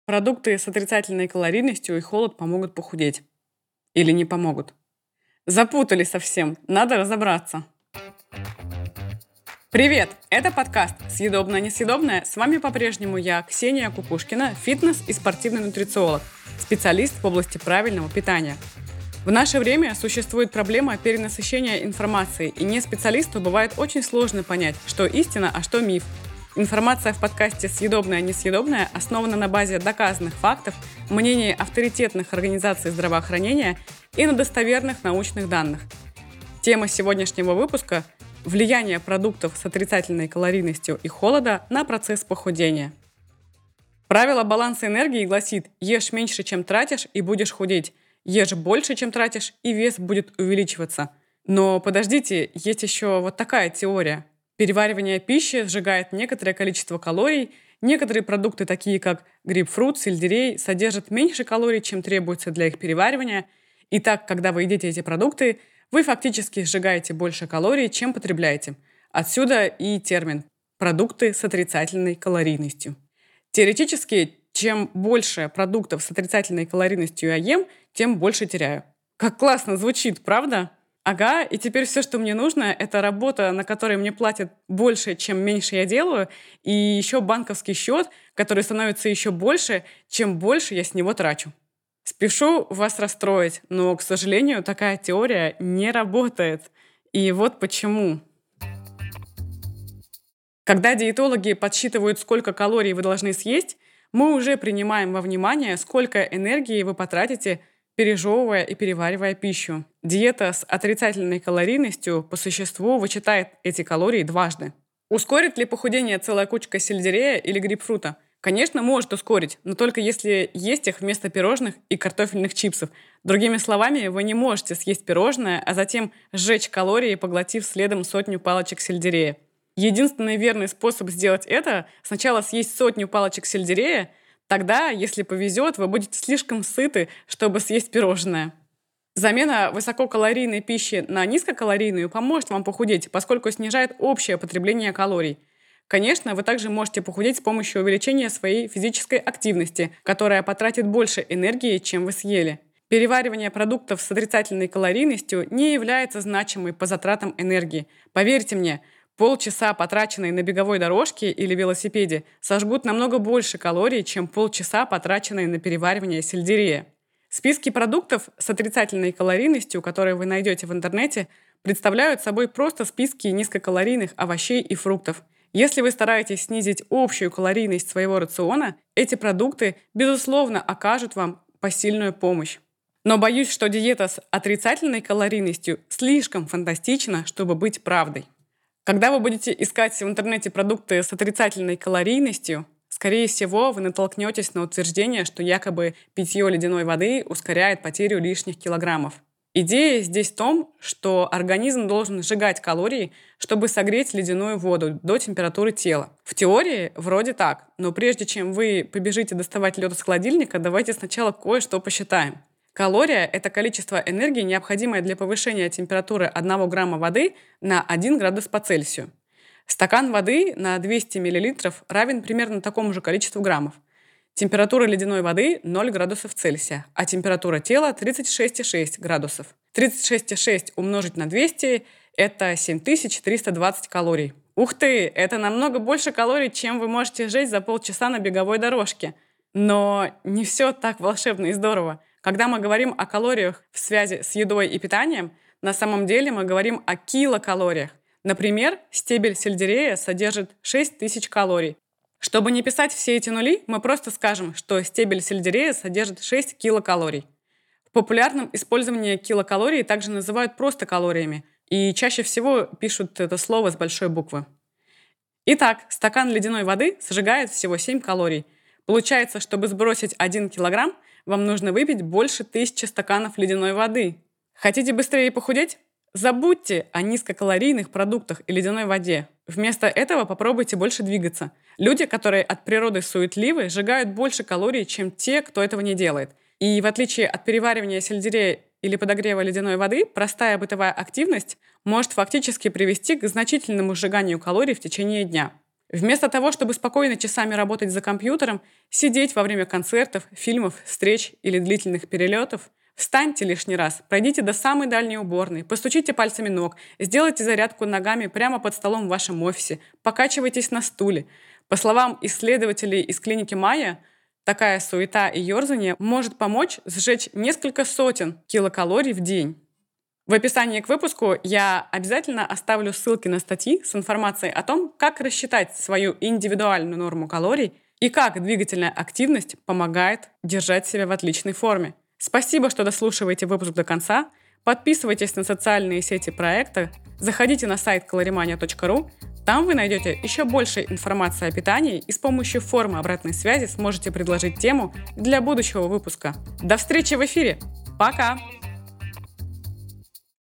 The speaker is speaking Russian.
Продукты с отрицательной калорийностью и холод помогут похудеть. Или не помогут. Запутались совсем, надо разобраться. Привет! Это подкаст «Съедобное-несъедобное». С вами по-прежнему я, Ксения Кукушкина, фитнес- и спортивный нутрициолог, специалист в области правильного питания. В наше время существует проблема перенасыщения информацией, и не специалисту бывает очень сложно понять, что истина, а что миф. Информация в подкасте «Съедобное-несъедобное» основана на базе доказанных фактов, мнений авторитетных организаций здравоохранения и на достоверных научных данных. Тема сегодняшнего выпуска – влияние продуктов с отрицательной калорийностью и холода на процесс похудения. Правило баланса энергии гласит: ешь меньше, чем тратишь, и будешь худеть. Ешь больше, чем тратишь, и вес будет увеличиваться. Но подождите, есть еще вот такая теория. Переваривание пищи сжигает некоторое количество калорий. Некоторые продукты, такие как грейпфрут, сельдерей, содержат меньше калорий, чем требуется для их переваривания. И так, когда вы едите эти продукты, вы фактически сжигаете больше калорий, чем потребляете. Отсюда и термин «продукты с отрицательной калорийностью». Теоретически, чем больше продуктов с отрицательной калорийностью я ем, тем больше теряю. Как классно звучит, правда? Ага, и теперь все, что мне нужно, это работа, на которой мне платят больше, чем меньше я делаю, и еще банковский счет, который становится еще больше, чем больше я с него трачу. Спешу вас расстроить, но, к сожалению, такая теория не работает. И вот почему. Когда диетологи подсчитывают, сколько калорий вы должны съесть, мы уже принимаем во внимание, сколько энергии вы потратите, пережевывая и переваривая пищу. Диета с отрицательной калорийностью по существу вычитает эти калории дважды. Ускорит ли похудение целая кучка сельдерея или грейпфрута? Конечно, может ускорить, но только если есть их вместо пирожных и картофельных чипсов. Другими словами, вы не можете съесть пирожное, а затем сжечь калории, поглотив следом 100 палочек сельдерея. Единственный верный способ сделать это – сначала съесть 100 палочек сельдерея. Тогда, если повезет, вы будете слишком сыты, чтобы съесть пирожное. Замена высококалорийной пищи на низкокалорийную поможет вам похудеть, поскольку снижает общее потребление калорий. Конечно, вы также можете похудеть с помощью увеличения своей физической активности, которая потратит больше энергии, чем вы съели. Переваривание продуктов с отрицательной калорийностью не является значимой по затратам энергии. Поверьте мне, полчаса, потраченные на беговой дорожке или велосипеде, сожгут намного больше калорий, чем полчаса, потраченные на переваривание сельдерея. Списки продуктов с отрицательной калорийностью, которые вы найдете в интернете, представляют собой просто списки низкокалорийных овощей и фруктов. Если вы стараетесь снизить общую калорийность своего рациона, эти продукты, безусловно, окажут вам посильную помощь. Но боюсь, что диета с отрицательной калорийностью слишком фантастична, чтобы быть правдой. Когда вы будете искать в интернете продукты с отрицательной калорийностью, скорее всего, вы натолкнетесь на утверждение, что якобы питье ледяной воды ускоряет потерю лишних килограммов. Идея здесь в том, что организм должен сжигать калории, чтобы согреть ледяную воду до температуры тела. В теории вроде так, но прежде чем вы побежите доставать лед из холодильника, давайте сначала кое-что посчитаем. Калория – это количество энергии, необходимое для повышения температуры 1 грамма воды на 1 градус по Цельсию. Стакан воды на 200 мл равен примерно такому же количеству граммов. Температура ледяной воды – 0 градусов Цельсия, а температура тела – 36,6 градусов. 36,6 умножить на 200 – это 7320 калорий. Ух ты! Это намного больше калорий, чем вы можете сжечь за полчаса на беговой дорожке. Но не все так волшебно и здорово. Когда мы говорим о калориях в связи с едой и питанием, на самом деле мы говорим о килокалориях. Например, стебель сельдерея содержит 6000 калорий. Чтобы не писать все эти нули, мы просто скажем, что стебель сельдерея содержит 6 килокалорий. В популярном использовании килокалорий также называют просто калориями, и чаще всего пишут это слово с большой буквы. Итак, стакан ледяной воды сжигает всего 7 калорий. Получается, чтобы сбросить 1 килограмм, вам нужно выпить больше 1000 стаканов ледяной воды. Хотите быстрее похудеть? Забудьте о низкокалорийных продуктах и ледяной воде. Вместо этого попробуйте больше двигаться. Люди, которые от природы суетливы, сжигают больше калорий, чем те, кто этого не делает. И в отличие от переваривания сельдерея или подогрева ледяной воды, простая бытовая активность может фактически привести к значительному сжиганию калорий в течение дня. Вместо того, чтобы спокойно часами работать за компьютером, сидеть во время концертов, фильмов, встреч или длительных перелетов, встаньте лишний раз, пройдите до самой дальней уборной, постучите пальцами ног, сделайте зарядку ногами прямо под столом в вашем офисе, покачивайтесь на стуле. По словам исследователей из клиники Майя, такая суета и ерзание может помочь сжечь несколько сотен килокалорий в день. В описании к выпуску я обязательно оставлю ссылки на статьи с информацией о том, как рассчитать свою индивидуальную норму калорий и как двигательная активность помогает держать себя в отличной форме. Спасибо, что дослушиваете выпуск до конца. Подписывайтесь на социальные сети проекта, заходите на сайт calorimania.ru. Там вы найдете еще больше информации о питании и с помощью формы обратной связи сможете предложить тему для будущего выпуска. До встречи в эфире! Пока!